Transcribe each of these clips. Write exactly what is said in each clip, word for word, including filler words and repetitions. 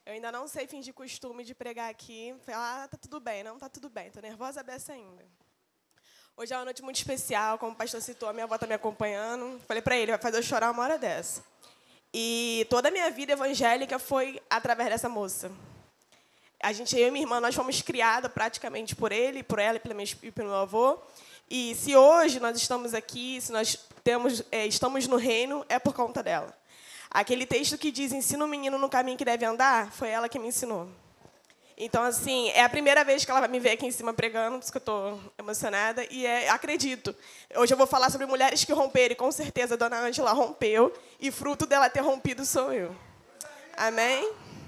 Eu ainda não sei fingir costume de pregar aqui. Falar, ah, tá tudo bem. Não, tá tudo bem. Tô nervosa a beça ainda. Hoje é uma noite muito especial. Como o pastor citou, a minha avó está me acompanhando. Falei para ele, vai fazer eu chorar uma hora dessa. E toda a minha vida evangélica foi através dessa moça. A gente, eu e minha irmã, nós fomos criadas praticamente por ele, por ela e pelo meu, e pelo meu avô. E se hoje nós estamos aqui, se nós temos, é, estamos no reino, é por conta dela. Aquele texto que diz, ensina o menino no caminho que deve andar, foi ela que me ensinou. Então, assim, é a primeira vez que ela vai me ver aqui em cima pregando, por isso que eu estou emocionada, e é, acredito. Hoje eu vou falar sobre mulheres que romperam, e com certeza a dona Ângela rompeu, e fruto dela ter rompido sou eu. Amém?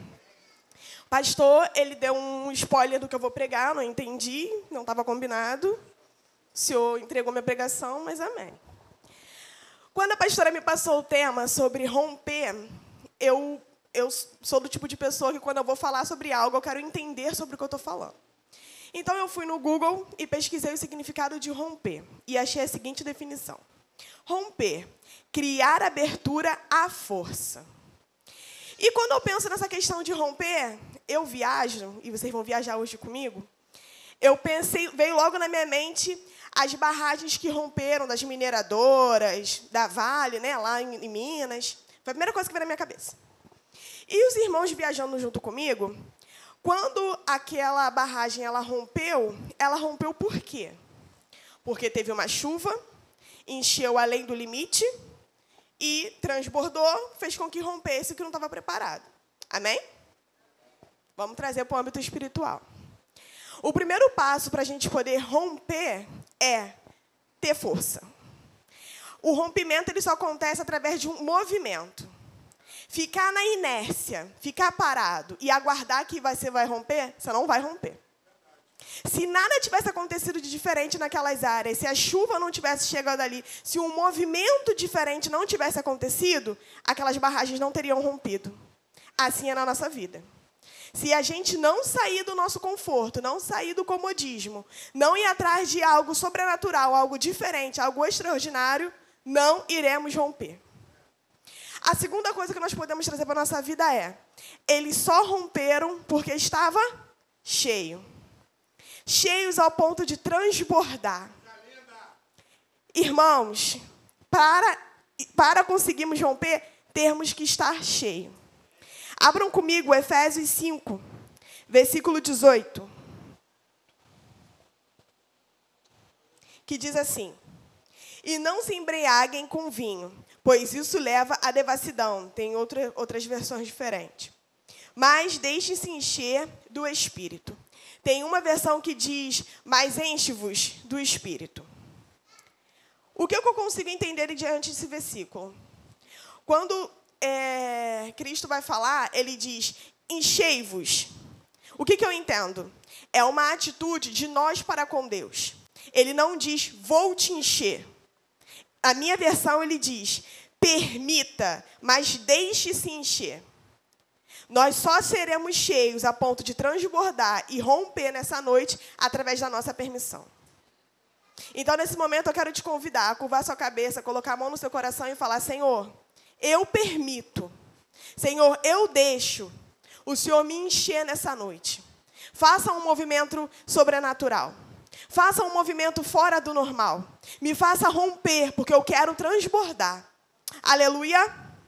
O pastor, ele deu um spoiler do que eu vou pregar, não entendi, não estava combinado. O senhor entregou minha pregação, mas amém. Quando a pastora me passou o tema sobre romper, eu, eu sou do tipo de pessoa que, quando eu vou falar sobre algo, eu quero entender sobre o que eu estou falando. Então, eu fui no Google e pesquisei o significado de romper. E achei a seguinte definição. Romper, criar abertura à força. E quando eu penso nessa questão de romper, eu viajo, e vocês vão viajar hoje comigo, eu pensei, veio logo na minha mente as barragens que romperam das mineradoras, da Vale, né, lá em, em Minas. Foi a primeira coisa que veio na minha cabeça. E os irmãos viajando junto comigo, quando aquela barragem ela rompeu, ela rompeu por quê? Porque teve uma chuva, encheu além do limite e transbordou, fez com que rompesse que não estava preparado. Amém? Vamos trazer para o âmbito espiritual. O primeiro passo para a gente poder romper é ter força. O rompimento ele só acontece através de um movimento. Ficar na inércia, ficar parado e aguardar que você vai romper, você não vai romper. Se nada tivesse acontecido de diferente naquelas áreas, se a chuva não tivesse chegado ali, se um movimento diferente não tivesse acontecido, aquelas barragens não teriam rompido. Assim é na nossa vida. Se a gente não sair do nosso conforto, não sair do comodismo, não ir atrás de algo sobrenatural, algo diferente, algo extraordinário, não iremos romper. A segunda coisa que nós podemos trazer para a nossa vida é, eles só romperam porque estava cheio. Cheios ao ponto de transbordar. Irmãos, para, para conseguirmos romper, temos que estar cheio. Abram comigo Efésios cinco, versículo dezoito. Que diz assim: e não se embriaguem com vinho, pois isso leva à devassidão. Tem outra, outras versões diferentes. Mas deixem-se encher do Espírito. Tem uma versão que diz, mas enche-vos do Espírito. O que eu consigo entender diante desse versículo? Quando é, Cristo vai falar, ele diz, enchei-vos. O que, que eu entendo? É uma atitude de nós para com Deus. Ele não diz, vou te encher. A minha versão, ele diz, permita, mas deixe-se encher. Nós só seremos cheios a ponto de transbordar e romper nessa noite através da nossa permissão. Então, nesse momento, eu quero te convidar a curvar sua cabeça, colocar a mão no seu coração e falar, Senhor, eu permito. Senhor, eu deixo o Senhor me encher nessa noite. Faça um movimento sobrenatural. Faça um movimento fora do normal. Me faça romper, porque eu quero transbordar. Aleluia.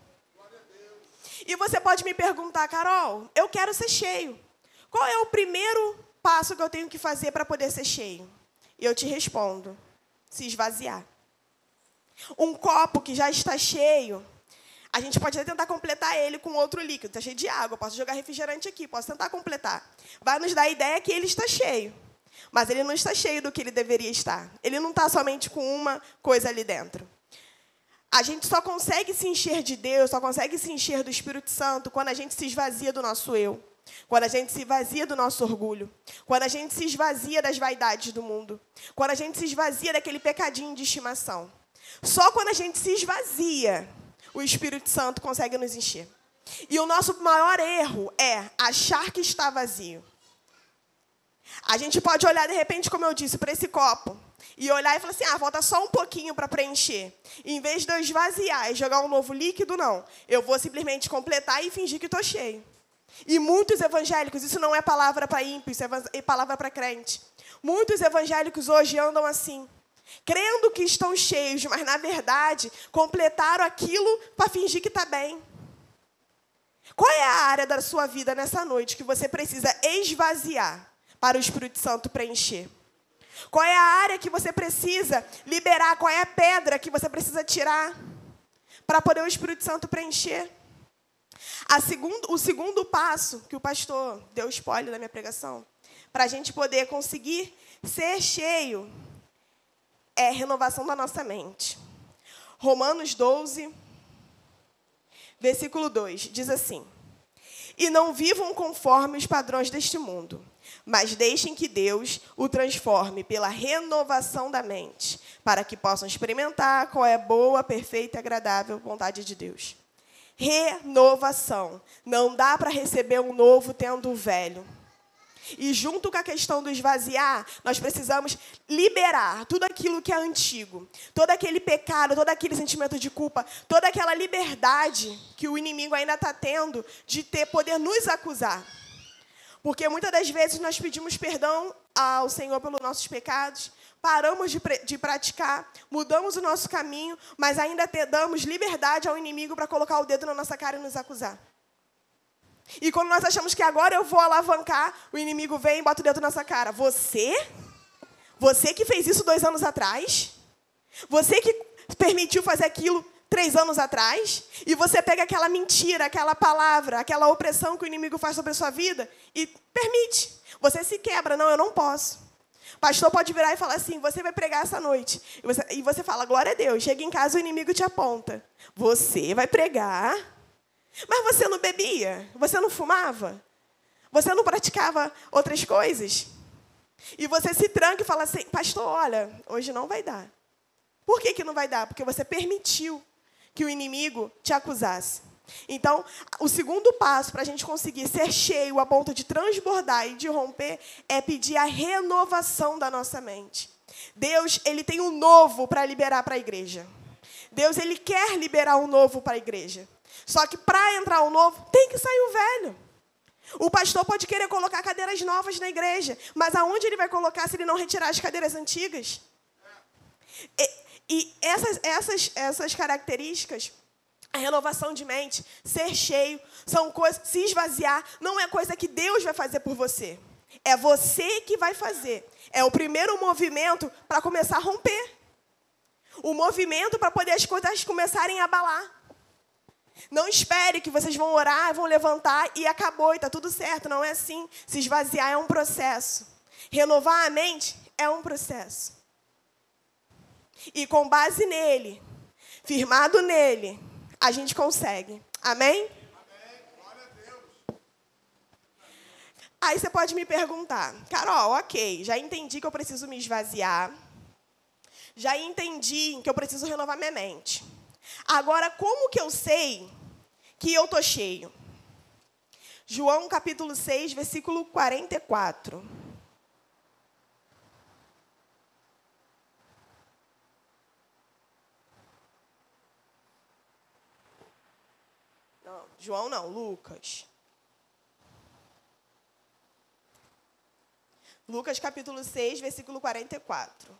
E você pode me perguntar, Carol, eu quero ser cheio. Qual é o primeiro passo que eu tenho que fazer para poder ser cheio? E eu te respondo, se esvaziar. Um copo que já está cheio, a gente pode até tentar completar ele com outro líquido. Está cheio de água, posso jogar refrigerante aqui, posso tentar completar. Vai nos dar a ideia que ele está cheio. Mas ele não está cheio do que ele deveria estar. Ele não está somente com uma coisa ali dentro. A gente só consegue se encher de Deus, só consegue se encher do Espírito Santo quando a gente se esvazia do nosso eu. Quando a gente se esvazia do nosso orgulho. Quando a gente se esvazia das vaidades do mundo. Quando a gente se esvazia daquele pecadinho de estimação. Só quando a gente se esvazia, o Espírito Santo consegue nos encher. E o nosso maior erro é achar que está vazio. A gente pode olhar, de repente, como eu disse, para esse copo. E olhar e falar assim, ah, falta só um pouquinho para preencher. E, em vez de eu esvaziar e jogar um novo líquido, não. Eu vou simplesmente completar e fingir que estou cheio. E muitos evangélicos, isso não é palavra para ímpio, isso é palavra para crente. Muitos evangélicos hoje andam assim, crendo que estão cheios, mas, na verdade, completaram aquilo para fingir que está bem. Qual é a área da sua vida nessa noite que você precisa esvaziar para o Espírito Santo preencher? Qual é a área que você precisa liberar? Qual é a pedra que você precisa tirar para poder o Espírito Santo preencher? A segundo, o segundo passo, que o pastor deu spoiler da minha pregação, para a gente poder conseguir ser cheio, é a renovação da nossa mente. Romanos doze, versículo dois, diz assim: e não vivam conforme os padrões deste mundo, mas deixem que Deus o transforme pela renovação da mente, para que possam experimentar qual é a boa, perfeita e agradável vontade de Deus. Renovação. Não dá para receber um novo tendo o velho. E junto com a questão do esvaziar, nós precisamos liberar tudo aquilo que é antigo. Todo aquele pecado, todo aquele sentimento de culpa, toda aquela liberdade que o inimigo ainda está tendo de ter poder nos acusar. Porque muitas das vezes nós pedimos perdão ao Senhor pelos nossos pecados, paramos de, de praticar, mudamos o nosso caminho, mas ainda te, damos liberdade ao inimigo para colocar o dedo na nossa cara e nos acusar. E quando nós achamos que agora eu vou alavancar, o inimigo vem e bota o dedo na nossa cara. Você? Você que fez isso dois anos atrás? Você que permitiu fazer aquilo três anos atrás? E você pega aquela mentira, aquela palavra, aquela opressão que o inimigo faz sobre a sua vida e permite. Você se quebra. Não, eu não posso. O pastor pode virar e falar assim: você vai pregar essa noite. E você, e você fala: glória a Deus. Chega em casa, o inimigo te aponta. Você vai pregar. Mas você não bebia? Você não fumava? Você não praticava outras coisas? E você se tranca e fala assim: pastor, olha, hoje não vai dar. Por que que não vai dar? Porque você permitiu que o inimigo te acusasse. Então, o segundo passo para a gente conseguir ser cheio a ponto de transbordar e de romper é pedir a renovação da nossa mente. Deus, ele tem um novo para liberar para a igreja. Deus, ele quer liberar um novo para a igreja. Só que para entrar um novo, tem que sair o velho. O pastor pode querer colocar cadeiras novas na igreja, mas aonde ele vai colocar se ele não retirar as cadeiras antigas? E, e essas, essas, essas características, a renovação de mente, ser cheio, são coisas, se esvaziar, não é coisa que Deus vai fazer por você. É você que vai fazer. É o primeiro movimento para começar a romper. O movimento para poder as coisas começarem a abalar. Não espere que vocês vão orar, vão levantar e acabou, e está tudo certo. Não é assim. Se esvaziar é um processo. Renovar a mente é um processo. E com base nele, firmado nele, a gente consegue. Amém? Amém. Glória a Deus. Aí você pode me perguntar: Carol, ok, já entendi que eu preciso me esvaziar. Já entendi que eu preciso renovar minha mente. Agora, como que eu sei que eu estou cheio? João, capítulo seis, versículo quarenta e quatro. Não, João não, Lucas. Lucas, capítulo seis, versículo quarenta e quatro.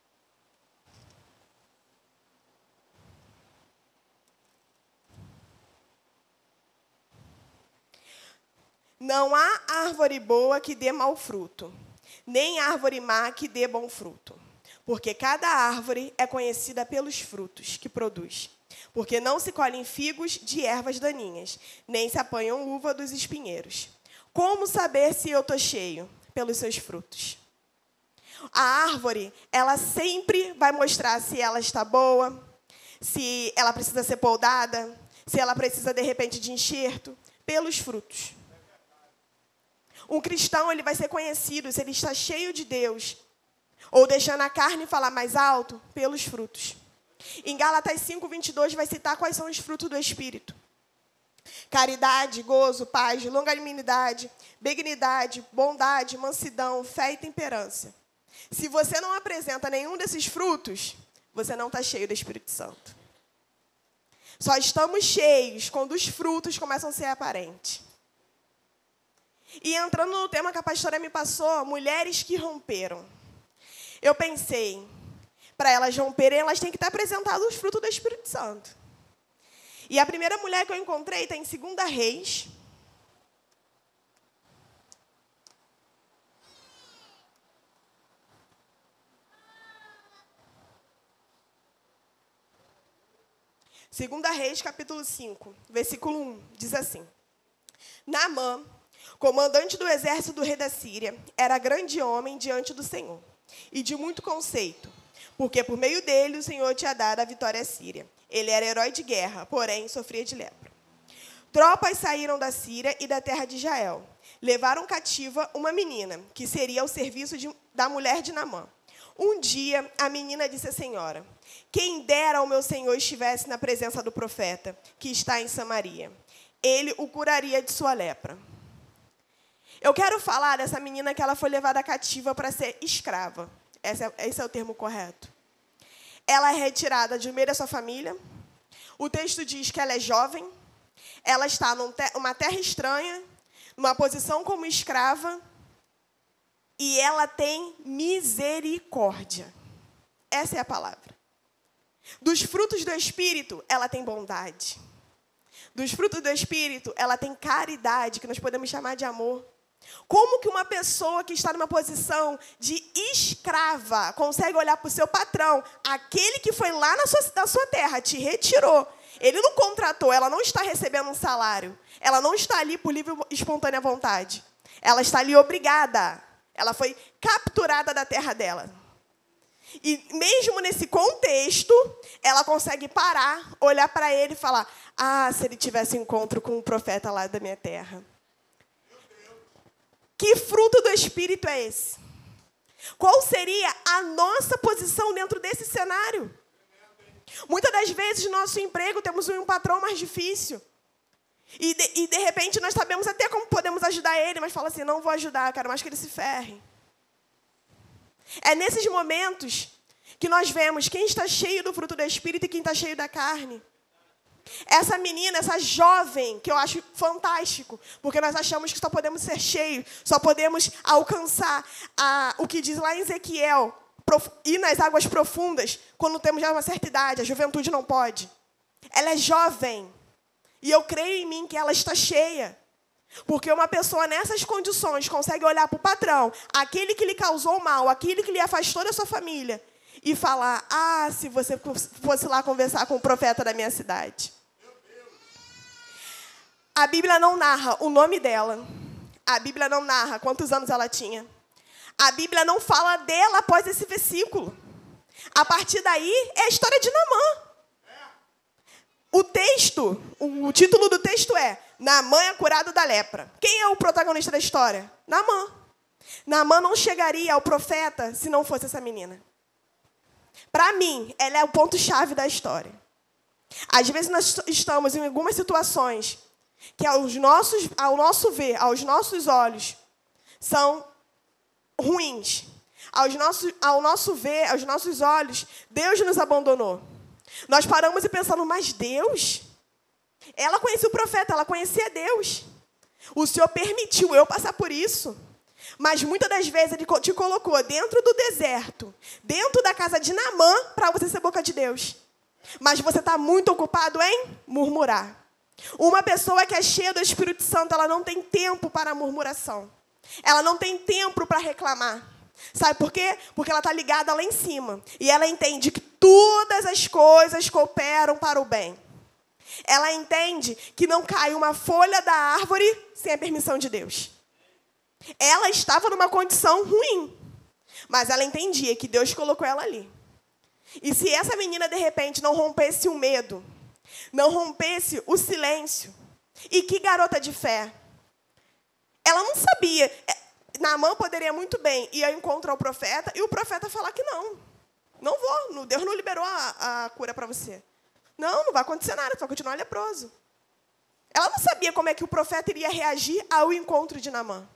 Não há árvore boa que dê mau fruto, nem árvore má que dê bom fruto. Porque cada árvore é conhecida pelos frutos que produz. Porque não se colhem figos de ervas daninhas, nem se apanham uva dos espinheiros. Como saber se eu estou cheio? Pelos seus frutos. A árvore, ela sempre vai mostrar se ela está boa, se ela precisa ser podada, se ela precisa, de repente, de enxerto, pelos frutos. Um cristão, ele vai ser conhecido se ele está cheio de Deus, ou deixando a carne falar mais alto, pelos frutos. Em Gálatas cinco, vinte e dois, vai citar quais são os frutos do Espírito. Caridade, gozo, paz, longanimidade, benignidade, bondade, mansidão, fé e temperança. Se você não apresenta nenhum desses frutos, você não está cheio do Espírito Santo. Só estamos cheios quando os frutos começam a ser aparentes. E entrando no tema que a pastora me passou, mulheres que romperam. Eu pensei, para elas romperem, elas têm que estar apresentadas os frutos do Espírito Santo. E a primeira mulher que eu encontrei está em Segunda Reis. Segunda Reis, capítulo cinco, versículo um, diz assim. Naamã, comandante do exército do rei da Síria, era grande homem diante do Senhor, e de muito conceito, porque por meio dele o Senhor tinha dado a vitória à Síria. Ele era herói de guerra, porém sofria de lepra. Tropas saíram da Síria e da terra de Israel. Levaram cativa uma menina, que seria ao serviço de, da mulher de Naamã. Um dia, a menina disse à senhora, quem dera ao meu senhor estivesse na presença do profeta, que está em Samaria. Ele o curaria de sua lepra. Eu quero falar dessa menina que ela foi levada cativa para ser escrava. Esse é, esse é o termo correto. Ela é retirada de meio da sua família. O texto diz que ela é jovem. Ela está numa te- terra estranha, numa posição como escrava. E ela tem misericórdia. Essa é a palavra. Dos frutos do Espírito, ela tem bondade. Dos frutos do Espírito, ela tem caridade, que nós podemos chamar de amor. Como que uma pessoa que está numa posição de escrava consegue olhar para o seu patrão, aquele que foi lá na sua, na sua terra, te retirou, ele não contratou, ela não está recebendo um salário, ela não está ali por livre e espontânea vontade, ela está ali obrigada, ela foi capturada da terra dela. E mesmo nesse contexto, ela consegue parar, olhar para ele e falar, ah, se ele tivesse encontro com um profeta lá da minha terra. Que fruto do Espírito é esse? Qual seria a nossa posição dentro desse cenário? Muitas das vezes, no nosso emprego, temos um patrão mais difícil. E de, e, de repente, nós sabemos até como podemos ajudar ele, mas fala assim, não vou ajudar, quero mais que ele se ferre. É nesses momentos que nós vemos quem está cheio do fruto do Espírito e quem está cheio da carne. Essa menina, essa jovem, que eu acho fantástico, porque nós achamos que só podemos ser cheios, só podemos alcançar a, o que diz lá em Ezequiel, prof, ir nas águas profundas, quando temos já uma certa idade, a juventude não pode. Ela é jovem, e eu creio em mim que ela está cheia. Porque uma pessoa nessas condições consegue olhar para o patrão, aquele que lhe causou mal, aquele que lhe afastou da sua família, e falar, ah, se você fosse lá conversar com o profeta da minha cidade. A Bíblia não narra o nome dela. A Bíblia não narra quantos anos ela tinha. A Bíblia não fala dela após esse versículo. A partir daí, é a história de Naamã. O texto, o título do texto é Naamã é curado da lepra. Quem é o protagonista da história? Naamã. Naamã não chegaria ao profeta se não fosse essa menina. Para mim, ela é o ponto-chave da história. Às vezes nós estamos em algumas situações que aos nossos, ao nosso ver, aos nossos olhos, são ruins. Aos nossos, ao nosso ver, aos nossos olhos, Deus nos abandonou. Nós paramos e pensamos, mas Deus? Ela conhecia o profeta, ela conhecia Deus. O Senhor permitiu eu passar por isso. Mas muitas das vezes Ele te colocou dentro do deserto, dentro da casa de Naamã, para você ser boca de Deus. Mas você está muito ocupado em murmurar. Uma pessoa que é cheia do Espírito Santo, ela não tem tempo para a murmuração. Ela não tem tempo para reclamar. Sabe por quê? Porque ela está ligada lá em cima. E ela entende que todas as coisas cooperam para o bem. Ela entende que não cai uma folha da árvore sem a permissão de Deus. Ela estava numa condição ruim, mas ela entendia que Deus colocou ela ali. E se essa menina, de repente, não rompesse o medo, não rompesse o silêncio, e que garota de fé, ela não sabia. Naamã poderia muito bem ir ao encontro ao profeta, e o profeta falar que não, não vou, Deus não liberou a, a cura para você. Não, não vai acontecer nada, você vai continuar leproso. Ela não sabia como é que o profeta iria reagir ao encontro de Naamã.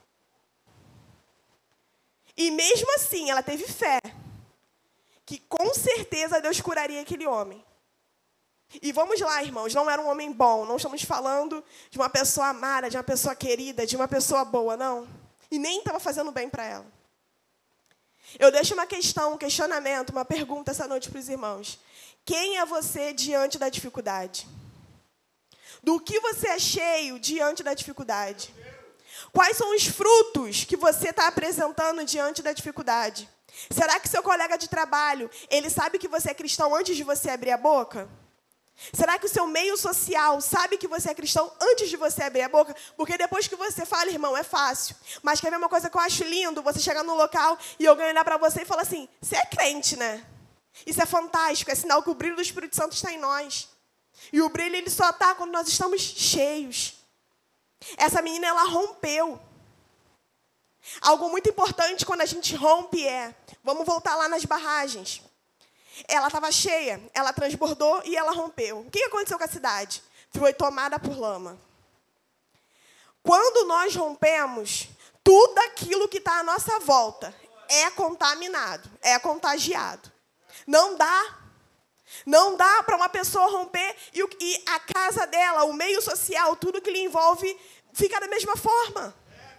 E mesmo assim, ela teve fé que com certeza Deus curaria aquele homem. E vamos lá, irmãos, não era um homem bom. Não estamos falando de uma pessoa amada, de uma pessoa querida, de uma pessoa boa, não. E nem estava fazendo bem para ela. Eu deixo uma questão, um questionamento, uma pergunta essa noite para os irmãos. Quem é você diante da dificuldade? Do que você é cheio diante da dificuldade? Quais são os frutos que você está apresentando diante da dificuldade? Será que seu colega de trabalho, ele sabe que você é cristão antes de você abrir a boca? Será que o seu meio social sabe que você é cristão antes de você abrir a boca? Porque depois que você fala, irmão, é fácil. Mas quer ver uma coisa que eu acho lindo? Você chegar no local e alguém olhar para você e falar assim, você é crente, né? Isso é fantástico, é sinal que o brilho do Espírito Santo está em nós. E o brilho, ele só está quando nós estamos cheios. Essa menina, ela rompeu. Algo muito importante quando a gente rompe é, vamos voltar lá nas barragens. Ela estava cheia, ela transbordou e ela rompeu. O que aconteceu com a cidade? Foi tomada por lama. Quando nós rompemos, tudo aquilo que está à nossa volta é contaminado, é contagiado. Não dá. Não dá para uma pessoa romper e, o, e a casa dela, o meio social, tudo que lhe envolve, fica da mesma forma.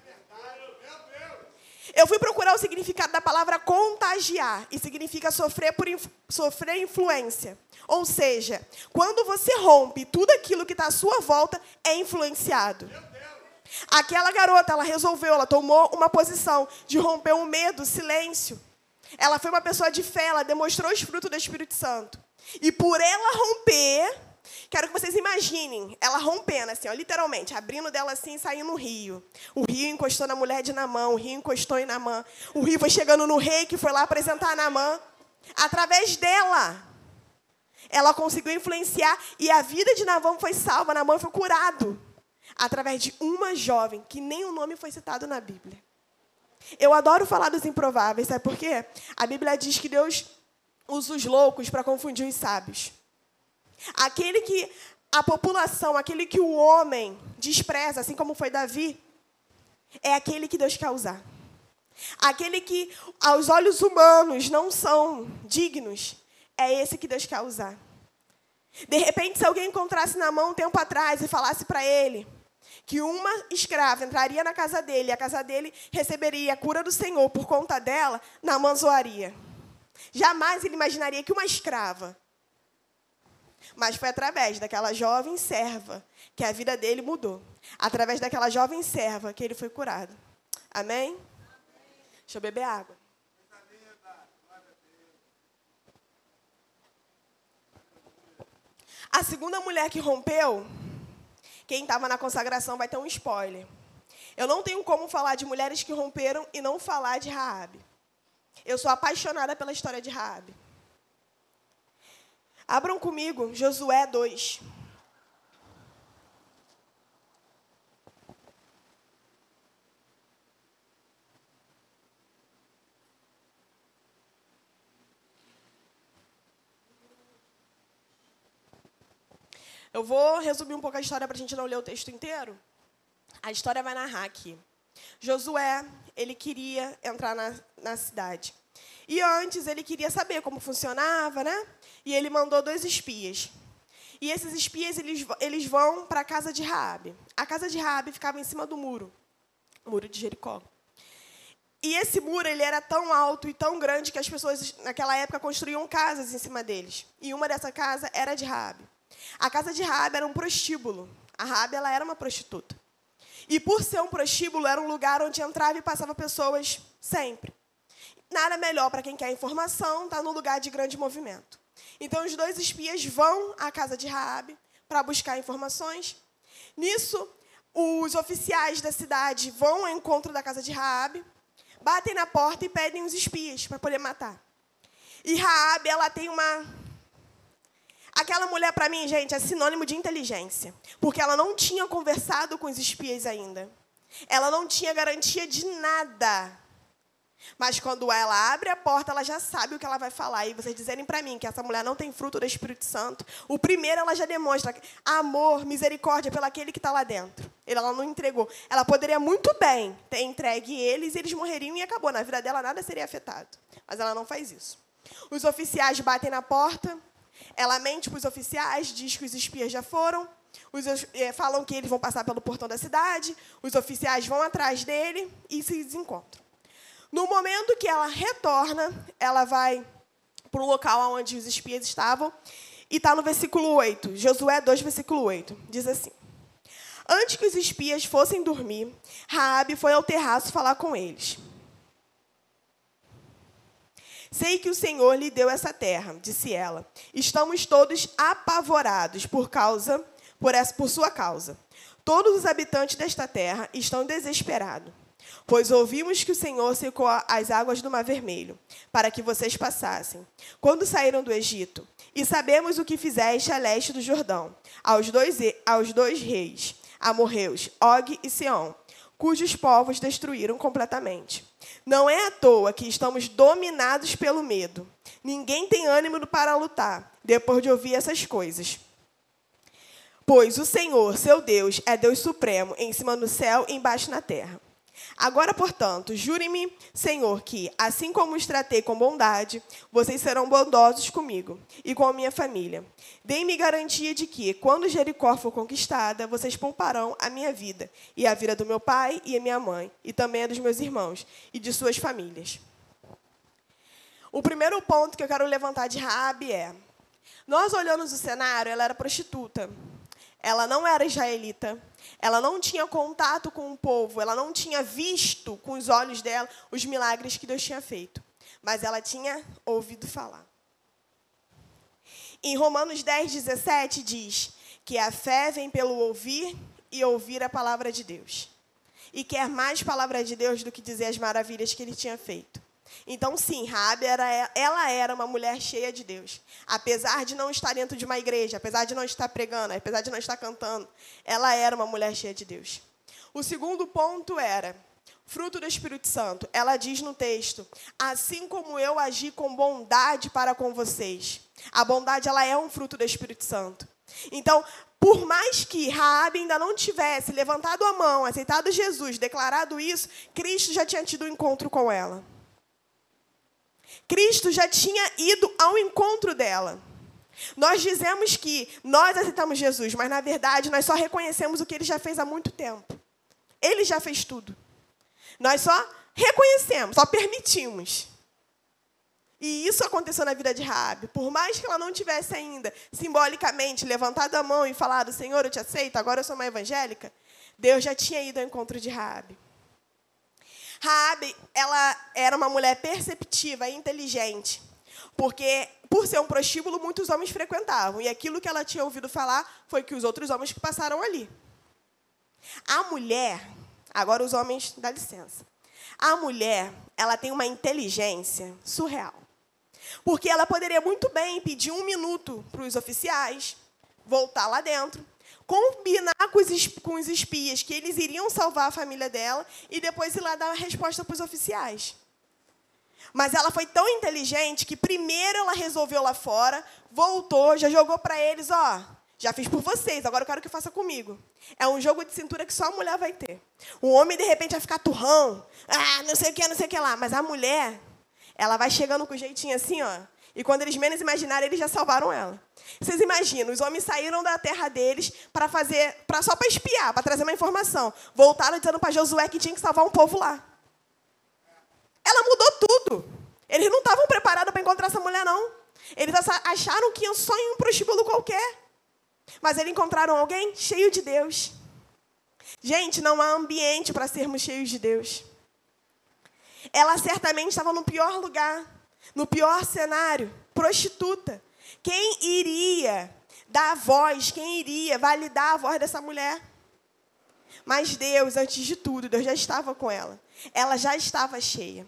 Eu fui procurar o significado da palavra contagiar, e significa sofrer por inf- sofrer influência. Ou seja, quando você rompe, tudo aquilo que está à sua volta é influenciado. Aquela garota, ela resolveu, ela tomou uma posição de romper o medo, o silêncio. Ela foi uma pessoa de fé, ela demonstrou os frutos do Espírito Santo. E por ela romper, quero que vocês imaginem, ela rompendo, assim, ó, literalmente, abrindo dela assim e saindo no rio. O rio encostou na mulher de Naamã, o rio encostou em Naamã. O rio foi chegando no rei, que foi lá apresentar a Naamã. Através dela, ela conseguiu influenciar e a vida de Naamã foi salva, Naamã foi curado. Através de uma jovem, que nem o nome foi citado na Bíblia. Eu adoro falar dos improváveis, sabe por quê? A Bíblia diz que Deus usa os loucos para confundir os sábios. Aquele que a população, aquele que o homem despreza, assim como foi Davi, é aquele que Deus quer usar. Aquele que aos olhos humanos não são dignos, é esse que Deus quer usar. De repente, se alguém encontrasse Naamã um tempo atrás e falasse para ele que uma escrava entraria na casa dele, e a casa dele receberia a cura do Senhor por conta dela, Naamã zoaria. Jamais ele imaginaria que uma escrava. Mas foi através daquela jovem serva que a vida dele mudou. Através daquela jovem serva que ele foi curado. Amém? Deixa eu beber água. A segunda mulher que rompeu, quem estava na consagração vai ter um spoiler. Eu não tenho como falar de mulheres que romperam e não falar de Raabe. Eu sou apaixonada pela história de Raabe. Abram comigo Josué dois. Eu vou resumir um pouco a história para a gente não ler o texto inteiro. A história vai narrar aqui. Josué, ele queria entrar na, na cidade. E antes ele queria saber como funcionava, né? E ele mandou dois espias. E esses espias, eles, eles vão para a casa de Raabe. A casa de Raabe ficava em cima do muro. O muro de Jericó. E esse muro, ele era tão alto e tão grande que as pessoas, naquela época, construíam casas em cima deles. E uma dessa casa era de Raabe. A casa de Raabe era um prostíbulo. A Raabe, ela era uma prostituta. E por ser um prostíbulo, era um lugar onde entrava e passava pessoas sempre. Nada melhor para quem quer informação, estar num lugar de grande movimento. Então, os dois espias vão à casa de Raabe para buscar informações. Nisso, os oficiais da cidade vão ao encontro da casa de Raabe, batem na porta e pedem os espias para poder matar. E Raabe, ela tem uma... Aquela mulher, para mim, gente, é sinônimo de inteligência. Porque ela não tinha conversado com os espias ainda. Ela não tinha garantia de nada. Mas quando ela abre a porta, ela já sabe o que ela vai falar. E vocês dizerem para mim que essa mulher não tem fruto do Espírito Santo, o primeiro ela já demonstra amor, misericórdia pelo aquele que está lá dentro. Ela não entregou. Ela poderia muito bem ter entregue eles, eles morreriam e acabou. Na vida dela nada seria afetado. Mas ela não faz isso. Os oficiais batem na porta. Ela mente para os oficiais, diz que os espias já foram, os, é, falam que eles vão passar pelo portão da cidade, os oficiais vão atrás dele e se desencontram. No momento que ela retorna, ela vai para o local onde os espias estavam, e está no versículo oito, Josué dois, versículo oito, diz assim: antes que os espias fossem dormir, Raabe foi ao terraço falar com eles. Sei que o Senhor lhe deu essa terra, disse ela. Estamos todos apavorados por causa, por, essa, por sua causa. Todos os habitantes desta terra estão desesperados, pois ouvimos que o Senhor secou as águas do Mar Vermelho, para que vocês passassem, quando saíram do Egito. E sabemos o que fizeste a leste do Jordão, aos dois, aos dois reis, amorreus, Og e Seom, cujos povos destruíram completamente. Não é à toa que estamos dominados pelo medo. Ninguém tem ânimo para lutar, depois de ouvir essas coisas. Pois o Senhor, seu Deus, é Deus supremo, em cima do céu e embaixo na terra. Agora, portanto, jure-me, Senhor, que, assim como os tratei com bondade, vocês serão bondosos comigo e com a minha família. Deem-me garantia de que, quando Jericó for conquistada, vocês pouparão a minha vida, e a vida do meu pai e a minha mãe, e também a dos meus irmãos, e de suas famílias. O primeiro ponto que eu quero levantar de Raabe é, nós olhamos o cenário, ela era prostituta. Ela não era israelita, ela não tinha contato com o povo, ela não tinha visto com os olhos dela os milagres que Deus tinha feito, mas ela tinha ouvido falar. Em Romanos dez, dezessete, diz que a fé vem pelo ouvir e ouvir a palavra de Deus. E quer mais palavra de Deus do que dizer as maravilhas que ele tinha feito. Então, sim, Raabe era, ela era uma mulher cheia de Deus. Apesar de não estar dentro de uma igreja, apesar de não estar pregando, apesar de não estar cantando, ela era uma mulher cheia de Deus. O segundo ponto era, fruto do Espírito Santo. Ela diz no texto, assim como eu agi com bondade para com vocês. A bondade, ela é um fruto do Espírito Santo. Então, por mais que Raabe ainda não tivesse levantado a mão, aceitado Jesus, declarado isso, Cristo já tinha tido um encontro com ela. Cristo já tinha ido ao encontro dela. Nós dizemos que nós aceitamos Jesus, mas, na verdade, nós só reconhecemos o que ele já fez há muito tempo. Ele já fez tudo. Nós só reconhecemos, só permitimos. E isso aconteceu na vida de Raabe. Por mais que ela não tivesse ainda, simbolicamente, levantado a mão e falado, Senhor, eu te aceito, agora eu sou uma evangélica, Deus já tinha ido ao encontro de Raabe. Raabe, ela era uma mulher perceptiva e inteligente, porque, por ser um prostíbulo, muitos homens frequentavam. E aquilo que ela tinha ouvido falar foi que os outros homens que passaram ali. A mulher, agora os homens, dá licença. A mulher, ela tem uma inteligência surreal. Porque ela poderia muito bem pedir um minuto para os oficiais, voltar lá dentro, combinar com os, com os espias que eles iriam salvar a família dela e depois ir lá dar a resposta para os oficiais. Mas ela foi tão inteligente que primeiro ela resolveu lá fora, voltou, já jogou para eles, ó, já fiz por vocês, agora eu quero que faça comigo. É um jogo de cintura que só a mulher vai ter. O homem, de repente, vai ficar turrão, ah, não sei o que, não sei o que lá. Mas a mulher, ela vai chegando com o jeitinho assim, ó, e quando eles menos imaginarem, eles já salvaram ela. Vocês imaginam, os homens saíram da terra deles para fazer, pra, só para espiar, para trazer uma informação. Voltaram dizendo para Josué que tinha que salvar um povo lá. Ela mudou tudo. Eles não estavam preparados para encontrar essa mulher, não. Eles acharam que iam só em um prostíbulo qualquer. Mas eles encontraram alguém cheio de Deus. Gente, não há ambiente para sermos cheios de Deus. Ela certamente estava no pior lugar, no pior cenário, prostituta. Quem iria dar a voz, quem iria validar a voz dessa mulher? Mas Deus, antes de tudo, Deus já estava com ela. Ela já estava cheia.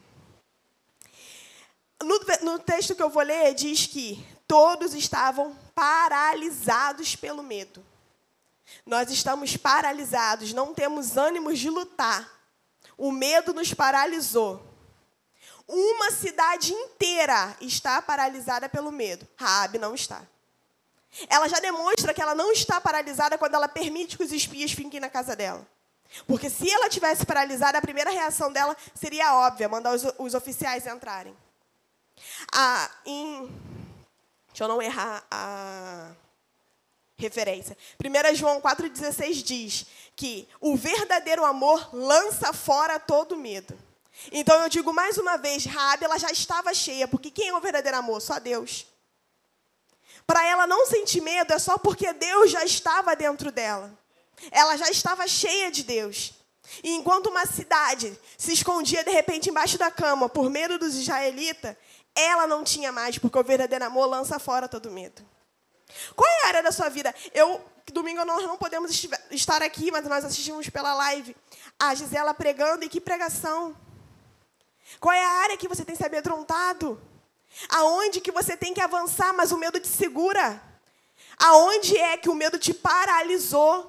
No, no texto que eu vou ler, diz que todos estavam paralisados pelo medo. Nós estamos paralisados, não temos ânimos de lutar. O medo nos paralisou. Uma cidade inteira está paralisada pelo medo. Raabe não está. Ela já demonstra que ela não está paralisada quando ela permite que os espias fiquem na casa dela. Porque se ela tivesse paralisada, a primeira reação dela seria óbvia, mandar os, os oficiais entrarem. Ah, em Deixa eu não errar a referência. primeiro João quatro dezesseis diz que o verdadeiro amor lança fora todo medo. Então, eu digo mais uma vez, Raabe, ela já estava cheia, porque quem é o verdadeiro amor? Só Deus. Para ela não sentir medo, é só porque Deus já estava dentro dela. Ela já estava cheia de Deus. E enquanto uma cidade se escondia, de repente, embaixo da cama, por medo dos israelitas, ela não tinha mais, porque o verdadeiro amor lança fora todo medo. Qual é a área da sua vida? Eu, domingo nós não podemos estar aqui, mas nós assistimos pela live a Gisela pregando, e que pregação. Qual é a área que você tem se amedrontado? Aonde que você tem que avançar, mas o medo te segura? Aonde é que o medo te paralisou?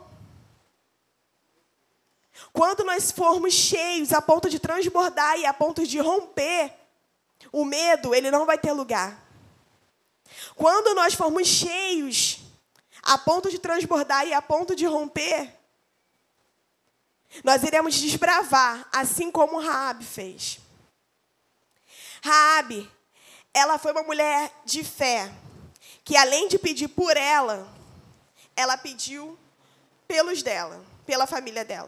Quando nós formos cheios a ponto de transbordar e a ponto de romper, o medo, ele não vai ter lugar. Quando nós formos cheios a ponto de transbordar e a ponto de romper, nós iremos desbravar, assim como Raabe fez. Raabe, ela foi uma mulher de fé, que além de pedir por ela, ela pediu pelos dela, pela família dela.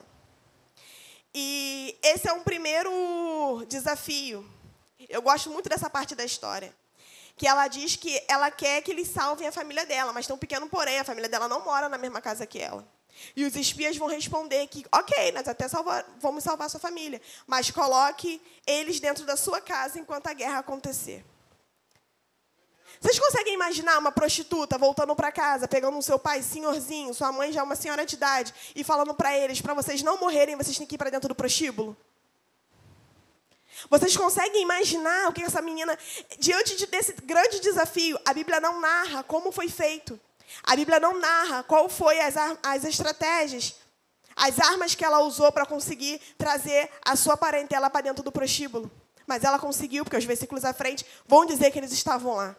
E esse é um primeiro desafio. Eu gosto muito dessa parte da história. Que ela diz que ela quer que eles salvem a família dela, mas tem um pequeno porém, a família dela não mora na mesma casa que ela. E os espias vão responder que, ok, nós até salvar, vamos salvar a sua família, mas coloque eles dentro da sua casa enquanto a guerra acontecer. Vocês conseguem imaginar uma prostituta voltando para casa, pegando o seu pai, senhorzinho, sua mãe já é uma senhora de idade, e falando para eles, para vocês não morrerem, vocês têm que ir para dentro do prostíbulo? Vocês conseguem imaginar o que essa menina... Diante de, desse grande desafio, a Bíblia não narra como foi feito. A Bíblia não narra qual foi as, as estratégias, as armas que ela usou para conseguir trazer a sua parentela para dentro do prostíbulo. Mas ela conseguiu, porque os versículos à frente vão dizer que eles estavam lá.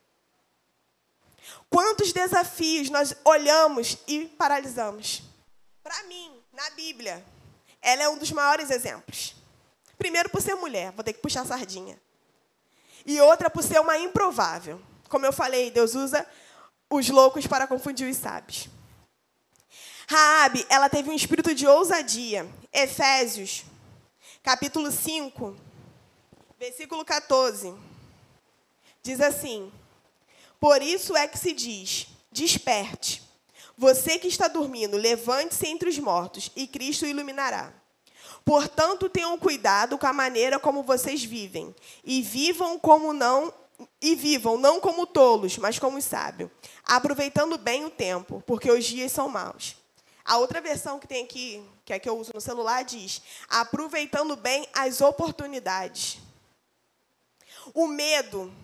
Quantos desafios nós olhamos e paralisamos? Para mim, na Bíblia, ela é um dos maiores exemplos. Primeiro, por ser mulher, vou ter que puxar a sardinha. E outra, por ser uma improvável. Como eu falei, Deus usa os loucos para confundir os sábios. Raabe, ela teve um espírito de ousadia. Efésios, capítulo cinco, versículo quatorze. Diz assim: por isso é que se diz, desperte. Você que está dormindo, levante-se entre os mortos, e Cristo o iluminará. Portanto, tenham cuidado com a maneira como vocês vivem, e vivam como não e vivam não como tolos, mas como sábios, aproveitando bem o tempo, porque os dias são maus. A outra versão que tem aqui, que é a que eu uso no celular, diz: aproveitando bem as oportunidades. O medo,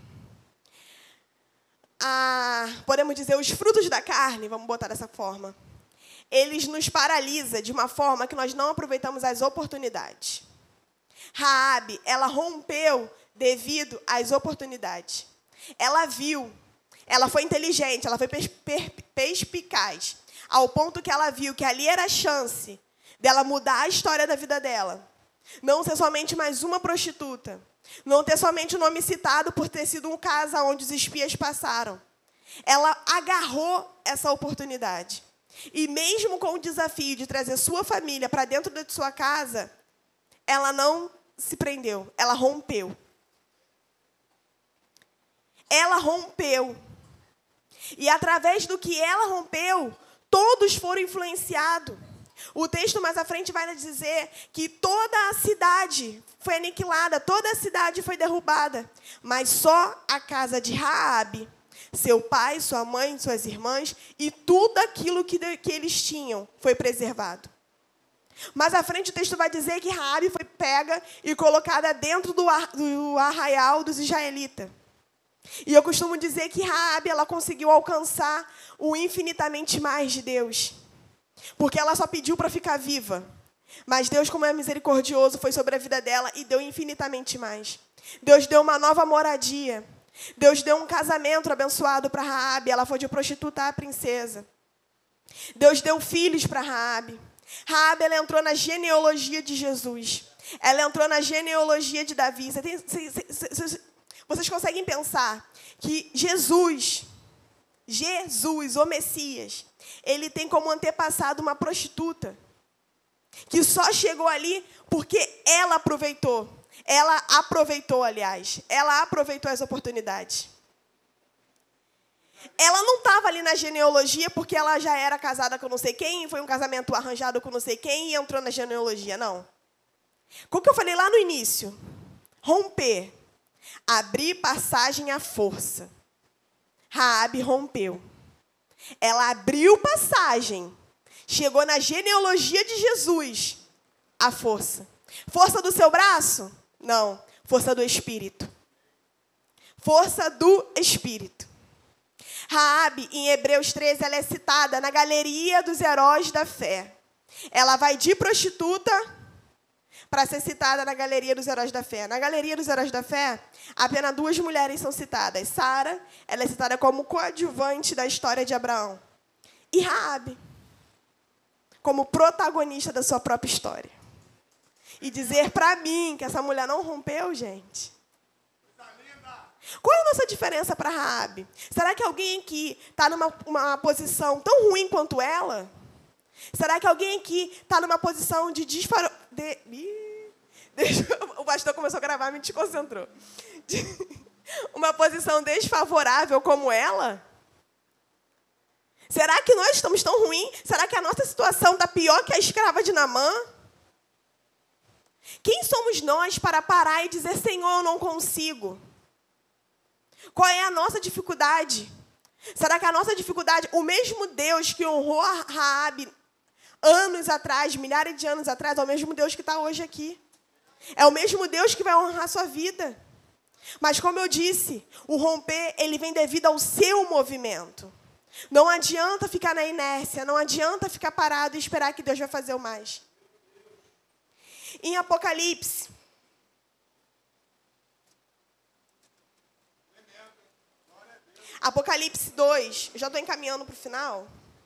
a, podemos dizer, os frutos da carne, vamos botar dessa forma, eles nos paralisam de uma forma que nós não aproveitamos as oportunidades. Raabe, ela rompeu devido às oportunidades. Ela viu, ela foi inteligente, ela foi perspicaz, ao ponto que ela viu que ali era a chance dela mudar a história da vida dela. Não ser somente mais uma prostituta. Não ter somente o nome citado por ter sido um caso onde os espias passaram. Ela agarrou essa oportunidade. E mesmo com o desafio de trazer sua família para dentro de sua casa, ela não se prendeu, ela rompeu. Ela rompeu. E através do que ela rompeu, todos foram influenciados. O texto mais à frente vai dizer que toda a cidade foi aniquilada, toda a cidade foi derrubada, mas só a casa de Raabe, seu pai, sua mãe, suas irmãs e tudo aquilo que, de, que eles tinham foi preservado. Mas à frente o texto vai dizer que Raabe foi pega e colocada dentro do, ar, do arraial dos israelitas. E eu costumo dizer que Raabe, ela conseguiu alcançar o infinitamente mais de Deus. Porque ela só pediu para ficar viva. Mas Deus, como é misericordioso, foi sobre a vida dela e deu infinitamente mais. Deus deu uma nova moradia. Deus deu um casamento abençoado para Raabe. Ela foi de prostituta a princesa. Deus deu filhos para Raabe. Raabe, ela entrou na genealogia de Jesus. Ela entrou na genealogia de Davi. Você tem, você, você, vocês conseguem pensar que Jesus, Jesus, o Messias, ele tem como antepassado uma prostituta, que só chegou ali porque ela aproveitou. Ela aproveitou, aliás. Ela aproveitou as oportunidades. Ela não estava ali na genealogia porque ela já era casada com não sei quem, foi um casamento arranjado com não sei quem e entrou na genealogia, não. Como que eu falei lá no início? Romper. Abrir passagem à força. Raabe rompeu. Ela abriu passagem. Chegou na genealogia de Jesus. A força. Força do seu braço? Não. Força do Espírito. Força do Espírito. Raabe, em Hebreus treze, ela é citada na galeria dos heróis da fé. Ela vai de prostituta para ser citada na galeria dos heróis da fé. Na galeria dos heróis da fé, apenas duas mulheres são citadas. Sara, ela é citada como coadjuvante da história de Abraão. E Raabe, como protagonista da sua própria história. E dizer para mim que essa mulher não rompeu, gente. Qual é a nossa diferença para Raabe? Será que alguém aqui está numa uma posição tão ruim quanto ela? Será que alguém aqui está numa posição de desfaro... De... Ih, deixa... O pastor começou a gravar, me desconcentrou. De... Uma posição desfavorável como ela? Será que nós estamos tão ruins? Será que a nossa situação está pior que a escrava de Naamã? Quem somos nós para parar e dizer, Senhor, eu não consigo? Qual é a nossa dificuldade? Será que a nossa dificuldade, o mesmo Deus que honrou a Raabe anos atrás, milhares de anos atrás, é o mesmo Deus que está hoje aqui. É o mesmo Deus que vai honrar a sua vida. Mas, como eu disse, o romper, ele vem devido ao seu movimento. Não adianta ficar na inércia, não adianta ficar parado e esperar que Deus vai fazer o mais. Em Apocalipse, Apocalipse dois, eu já estou encaminhando para o final.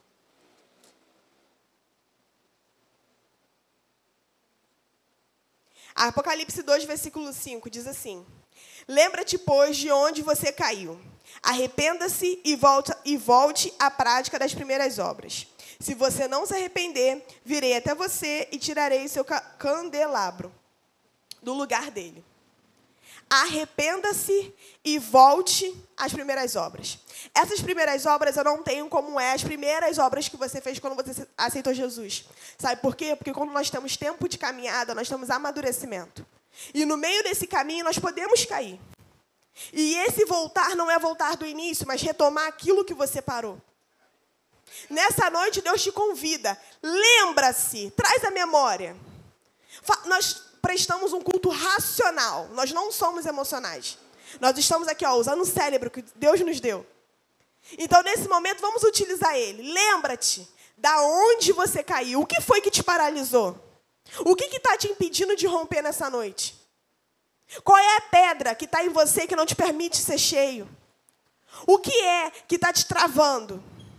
Apocalipse dois, versículo cinco, diz assim: lembra-te, pois, de onde você caiu. Arrependa-se e volte, e volte à prática das primeiras obras. Se você não se arrepender, virei até você e tirarei seu candelabro do lugar dele. Arrependa-se e volte às primeiras obras. Essas primeiras obras eu não tenho como é as primeiras obras que você fez quando você aceitou Jesus. Sabe por quê? Porque quando nós temos tempo de caminhada, nós temos amadurecimento. E no meio desse caminho nós podemos cair. E esse voltar não é voltar do início, mas retomar aquilo que você parou. Nessa noite Deus te convida. Lembra-se, traz a memória. Nós prestamos um culto racional. Nós não somos emocionais. Nós estamos aqui, ó, usando o cérebro que Deus nos deu. Então, nesse momento, vamos utilizar ele. Lembra-te da onde você caiu. O que foi que te paralisou? O que está te impedindo de romper nessa noite? Qual é a pedra que está em você que não te permite ser cheio? O que é que está te travando?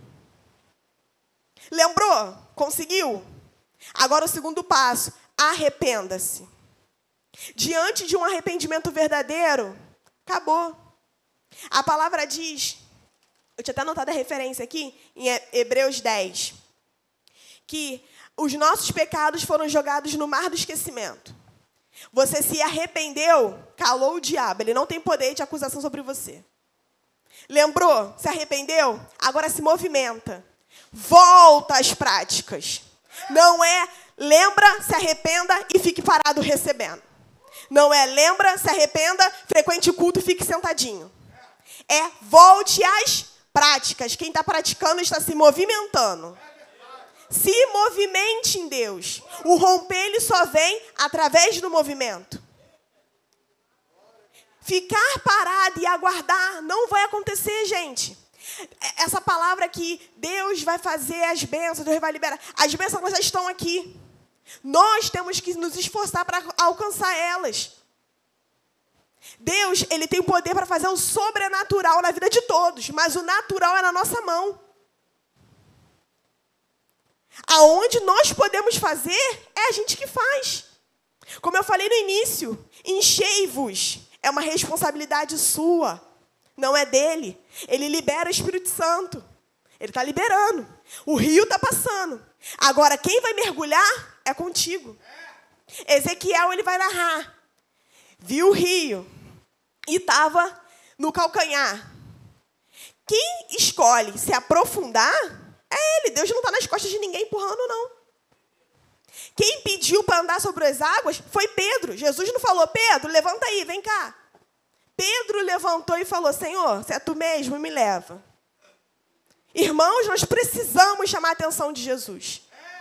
Lembrou? Conseguiu? Agora o segundo passo. Arrependa-se. Diante de um arrependimento verdadeiro, acabou. A palavra diz, eu tinha até anotado a referência aqui, em Hebreus dez, que os nossos pecados foram jogados no mar do esquecimento. Você se arrependeu, calou o diabo, ele não tem poder de acusação sobre você. Lembrou? Se arrependeu? Agora se movimenta. Volta às práticas. Não é lembra, se arrependa e fique parado recebendo. Não é lembra, se arrependa, frequente o culto e fique sentadinho. É volte às práticas. Quem está praticando está se movimentando. Se movimente em Deus. O romper ele só vem através do movimento. Ficar parado e aguardar não vai acontecer, gente. Essa palavra que Deus vai fazer as bênçãos, Deus vai liberar. As bênçãos elas já estão aqui. Nós temos que nos esforçar para alcançar elas. Deus, ele tem poder para fazer o sobrenatural na vida de todos, mas o natural é na nossa mão. Aonde nós podemos fazer, é a gente que faz. Como eu falei no início, enchei-vos. É uma responsabilidade sua. não é dele. Ele libera o Espírito Santo. Ele está liberando. O rio está passando. Agora, quem vai mergulhar é contigo. Ezequiel, ele vai narrar. Viu o rio e estava no calcanhar. Quem escolhe se aprofundar é ele. Deus não está nas costas de ninguém empurrando, não. Quem pediu para andar sobre as águas foi Pedro. Jesus não falou, Pedro, levanta aí, vem cá. Pedro levantou e falou, Senhor, se é tu mesmo, me leva. Irmãos, nós precisamos chamar a atenção de Jesus.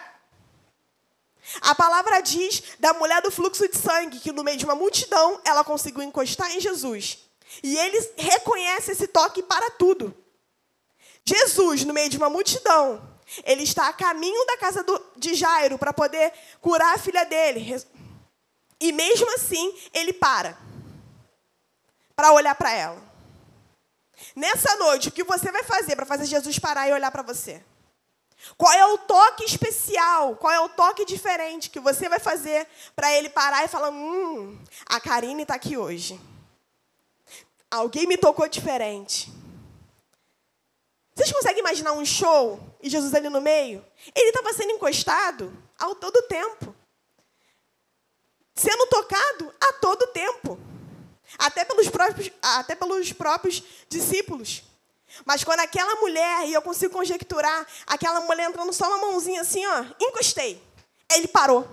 A palavra diz da mulher do fluxo de sangue, que no meio de uma multidão, ela conseguiu encostar em Jesus. E ele reconhece esse toque para tudo. Jesus, no meio de uma multidão, ele está a caminho da casa do, de Jairo para poder curar a filha dele. E mesmo assim, ele para. Para olhar para ela. Nessa noite, o que você vai fazer para fazer Jesus parar e olhar para você? Qual é o toque especial? Qual é o toque diferente que você vai fazer para ele parar e falar, hum, a Karine está aqui hoje. Alguém me tocou diferente. Vocês conseguem imaginar um show e Jesus ali no meio? Ele estava sendo encostado ao todo tempo. Sendo tocado a todo tempo. Até pelos próprios, até pelos próprios discípulos. Mas quando aquela mulher, e eu consigo conjecturar, aquela mulher entrando só uma mãozinha assim, ó, encostei. Ele parou.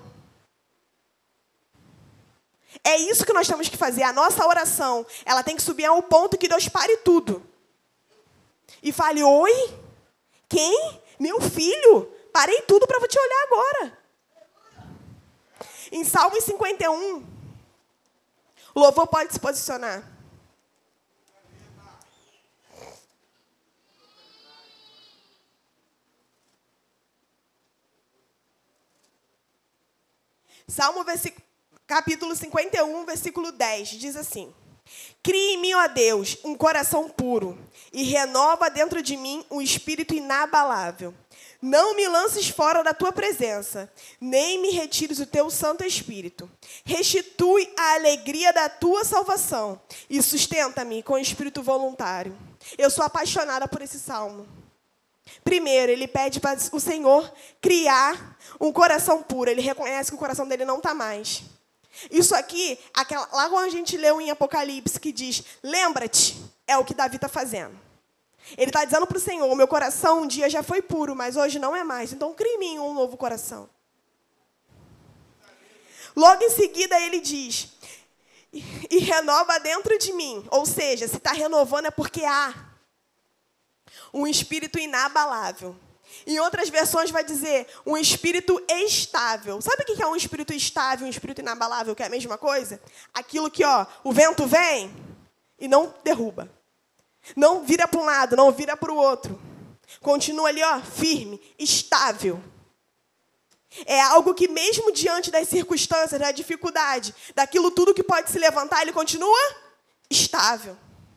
É isso que nós temos que fazer. A nossa oração, ela tem que subir ao ponto que Deus pare tudo. E fale, oi? Quem? Meu filho? Parei tudo para te olhar agora. Em Salmo cinquenta e um, o louvor pode se posicionar. Salmo capítulo cinquenta e um, versículo dez, diz assim. Cria em mim, ó Deus, um coração puro e renova dentro de mim um espírito inabalável. Não me lances fora da tua presença, nem me retires o teu Santo Espírito. Restitui a alegria da tua salvação e sustenta-me com espírito voluntário. Eu sou apaixonada por esse salmo. Primeiro, ele pede para o Senhor criar um coração puro. Ele reconhece que o coração dele não está mais. Isso aqui, aquela, lá quando a gente leu em Apocalipse, que diz, lembra-te, é o que Davi está fazendo. Ele está dizendo para o Senhor, o meu coração um dia já foi puro, mas hoje não é mais. Então, crie em mim um novo coração. Logo em seguida, ele diz, e, e renova dentro de mim. Ou seja, se está renovando é porque há um espírito inabalável. Em outras versões vai dizer um espírito estável. Sabe o que é um espírito estável, um espírito inabalável, que é a mesma coisa? Aquilo que, ó, o vento vem e não derruba. Não vira para um lado, não vira para o outro. Continua ali, ó, firme, estável. É algo que mesmo diante das circunstâncias, da dificuldade, daquilo tudo que pode se levantar, ele continua estável.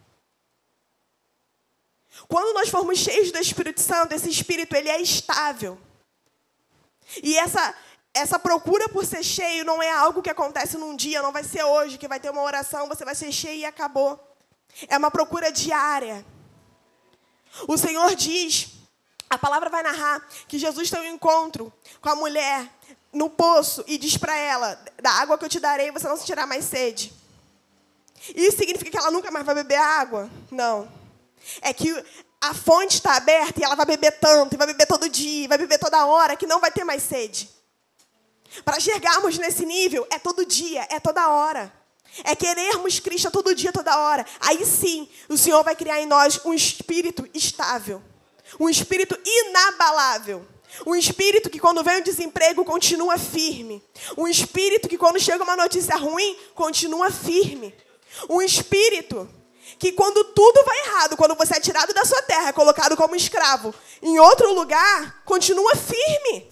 Quando nós formos cheios do Espírito Santo, esse Espírito ele é estável. E essa, essa procura por ser cheio não é algo que acontece num dia, não vai ser hoje, que vai ter uma oração, você vai ser cheio e acabou. É uma procura diária. O Senhor diz, a palavra vai narrar, que Jesus tem um encontro com a mulher no poço e diz para ela, da água que eu te darei, você não sentirá mais sede. Isso significa que ela nunca mais vai beber água? Não. É que a fonte está aberta e ela vai beber tanto, e vai beber todo dia, e vai beber toda hora, que não vai ter mais sede. Para chegarmos nesse nível, é todo dia, é toda hora. É querermos Cristo todo dia, toda hora. Aí sim, o Senhor vai criar em nós um espírito estável. Um espírito inabalável. Um espírito que quando vem o desemprego, continua firme. Um espírito que quando chega uma notícia ruim, continua firme. Um espírito que quando tudo vai errado, quando você é tirado da sua terra, é colocado como escravo em outro lugar, continua firme.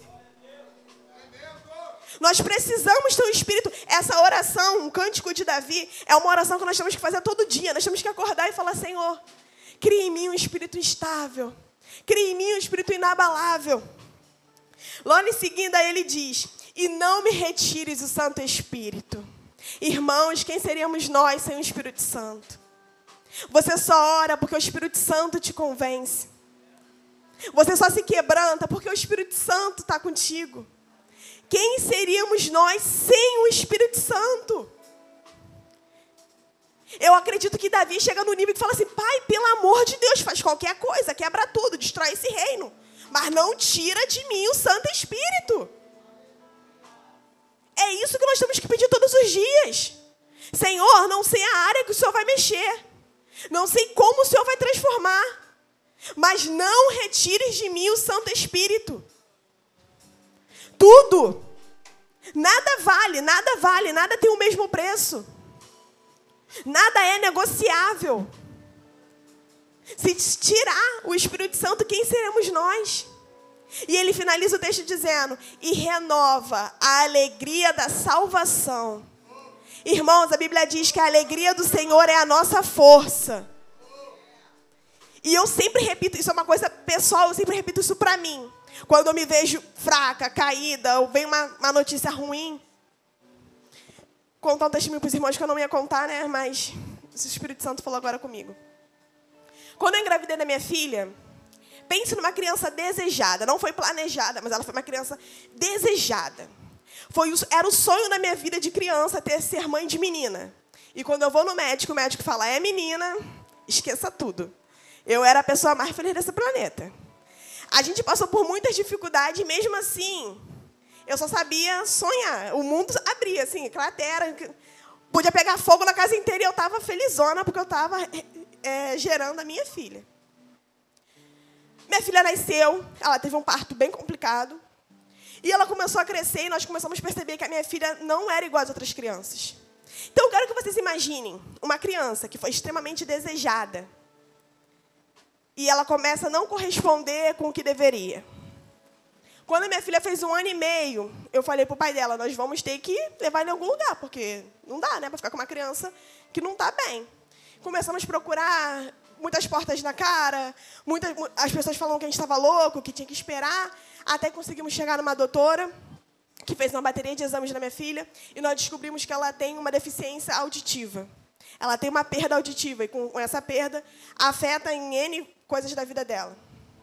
Nós precisamos ter um espírito. Essa oração, um cântico de Davi, é uma oração que nós temos que fazer todo dia. Nós temos que acordar e falar, Senhor, cria em mim um espírito estável. Cria em mim um espírito inabalável. Logo em seguida ele diz, e não me retires o Santo Espírito. Irmãos, quem seríamos nós sem o Espírito Santo? Você só ora porque o Espírito Santo te convence. Você só se quebranta porque o Espírito Santo está contigo. Quem seríamos nós sem o Espírito Santo? Eu acredito que Davi chega no nível que fala assim, pai, pelo amor de Deus, faz qualquer coisa, quebra tudo, destrói esse reino. Mas não tira de mim o Santo Espírito. É isso que nós temos que pedir todos os dias. Senhor, não sei a área que o Senhor vai mexer. Não sei como o Senhor vai transformar. Mas não retires de mim o Santo Espírito. Tudo. Nada vale, nada vale, nada tem o mesmo preço. Nada é negociável. Se tirar o Espírito Santo, quem seremos nós? E ele finaliza o texto dizendo, e renova a alegria da salvação. Irmãos, a Bíblia diz que a alegria do Senhor é a nossa força. E eu sempre repito, isso é uma coisa pessoal, eu sempre repito isso para mim. Quando eu me vejo fraca, caída, ou vem uma, uma notícia ruim, contar um testemunho para os irmãos que eu não ia contar, né? Mas o Espírito Santo falou agora comigo. Quando eu engravidei da minha filha, pense numa criança desejada. Não foi planejada, mas ela foi uma criança desejada. Foi, era o sonho da minha vida de criança ter ser mãe de menina. E quando eu vou no médico, o médico fala, é menina, esqueça tudo. Eu era a pessoa mais feliz desse planeta. A gente passou por muitas dificuldades, e mesmo assim, eu só sabia sonhar. O mundo abria, assim, cratera. Podia pegar fogo na casa inteira e eu estava felizona, porque eu estava é, gerando a minha filha. Minha filha nasceu, ela teve um parto bem complicado. E ela começou a crescer e nós começamos a perceber que a minha filha não era igual às outras crianças. Então, eu quero que vocês imaginem uma criança que foi extremamente desejada. E ela começa a não corresponder com o que deveria. Quando a minha filha fez um ano e meio, eu falei para o pai dela, nós vamos ter que levar em algum lugar, porque não dá, né, para ficar com uma criança que não está bem. Começamos a procurar muitas portas na cara, muitas, as pessoas falavam que a gente estava louco, que tinha que esperar, até conseguimos chegar numa doutora que fez uma bateria de exames na minha filha, e nós descobrimos que ela tem uma deficiência auditiva. Ela tem uma perda auditiva, e com essa perda afeta em N coisas da vida dela.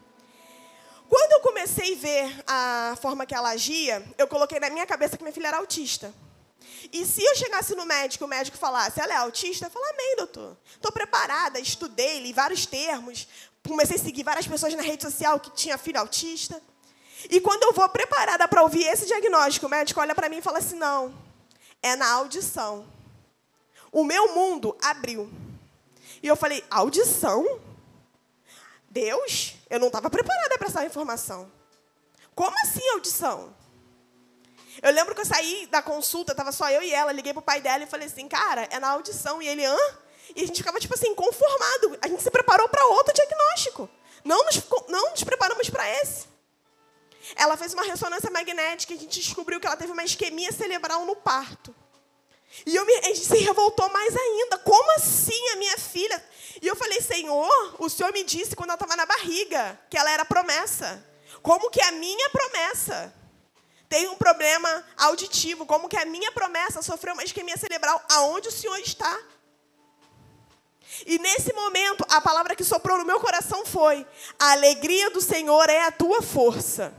Quando eu comecei a ver a forma que ela agia, eu coloquei na minha cabeça que minha filha era autista. E se eu chegasse no médico e o médico falasse, ela é autista, eu falava, amém, doutor. Estou preparada, estudei, li vários termos, comecei a seguir várias pessoas na rede social que tinha filho autista. E quando eu vou preparada para ouvir esse diagnóstico, o médico olha para mim e fala assim, não, é na audição. O meu mundo abriu. E eu falei, audição? Deus, eu não estava preparada para essa informação. Como assim audição? Eu lembro que eu saí da consulta, estava só eu e ela, liguei para o pai dela e falei assim, cara, é na audição. E ele, hã? E a gente ficava, tipo assim, conformado. A gente se preparou para outro diagnóstico. Não nos, não nos preparamos para esse. Ela fez uma ressonância magnética e a gente descobriu que ela teve uma isquemia cerebral no parto. E eu me, a gente se revoltou mais ainda. Como assim a minha filha? E eu falei, Senhor, o Senhor me disse quando ela estava na barriga que ela era promessa. Como que a minha promessa tem um problema auditivo? Como que a minha promessa sofreu uma isquemia cerebral? Aonde o Senhor está? E nesse momento, a palavra que soprou no meu coração foi, a alegria do Senhor é a tua força.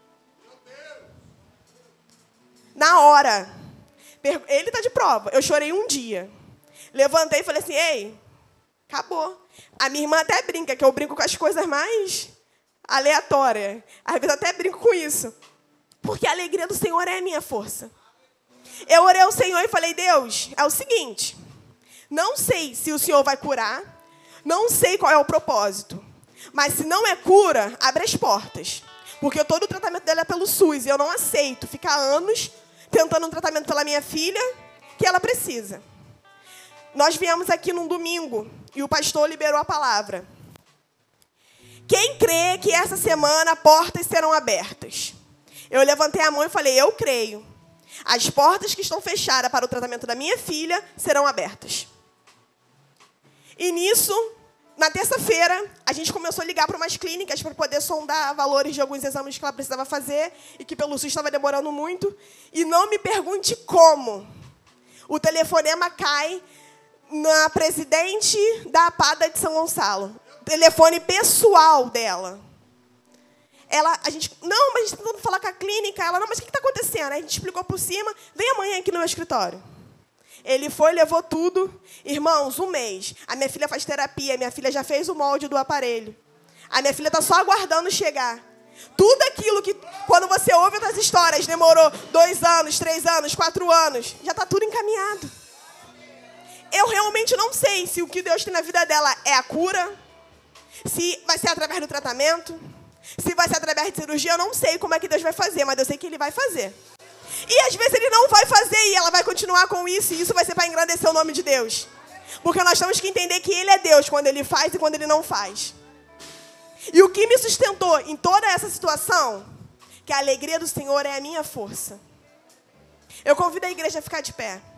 Na hora. Ele está de prova. Eu chorei um dia. Levantei e falei assim, ei, acabou. A minha irmã até brinca, que eu brinco com as coisas mais aleatórias. Às vezes eu até brinco com isso. Porque a alegria do Senhor é a minha força. Eu orei ao Senhor e falei, Deus, é o seguinte, não sei se o Senhor vai curar, não sei qual é o propósito, mas se não é cura, abre as portas. Porque todo o tratamento dela é pelo SUS e eu não aceito ficar anos tentando um tratamento pela minha filha, que ela precisa. Nós viemos aqui num domingo e o pastor liberou a palavra. Quem crê que essa semana portas serão abertas? Eu levantei a mão e falei, eu creio. As portas que estão fechadas para o tratamento da minha filha serão abertas. E nisso, na terça-feira, a gente começou a ligar para umas clínicas para poder sondar valores de alguns exames que ela precisava fazer e que pelo SUS estava demorando muito. E não me pergunte como. O telefonema cai na presidente da APADA de São Gonçalo. Telefone pessoal dela. Ela, a gente, não, mas a gente está tentando falar com a clínica. Ela, não, mas o que está acontecendo? A gente explicou por cima. Vem amanhã aqui no meu escritório. Ele foi, levou tudo. Irmãos, um mês. A minha filha faz terapia. Minha filha já fez o molde do aparelho. A minha filha está só aguardando chegar. Tudo aquilo que, quando você ouve outras histórias, demorou dois anos, três anos, quatro anos, já está tudo encaminhado. Eu realmente não sei se o que Deus tem na vida dela é a cura, se vai ser através do tratamento, se vai ser através de cirurgia. Eu não sei como é que Deus vai fazer, mas eu sei que Ele vai fazer. E às vezes Ele não vai fazer e ela vai continuar com isso, e isso vai ser para engrandecer o nome de Deus. Porque nós temos que entender que Ele é Deus quando Ele faz e quando Ele não faz. E o que me sustentou em toda essa situação, que a alegria do Senhor é a minha força. Eu convido a igreja a ficar de pé.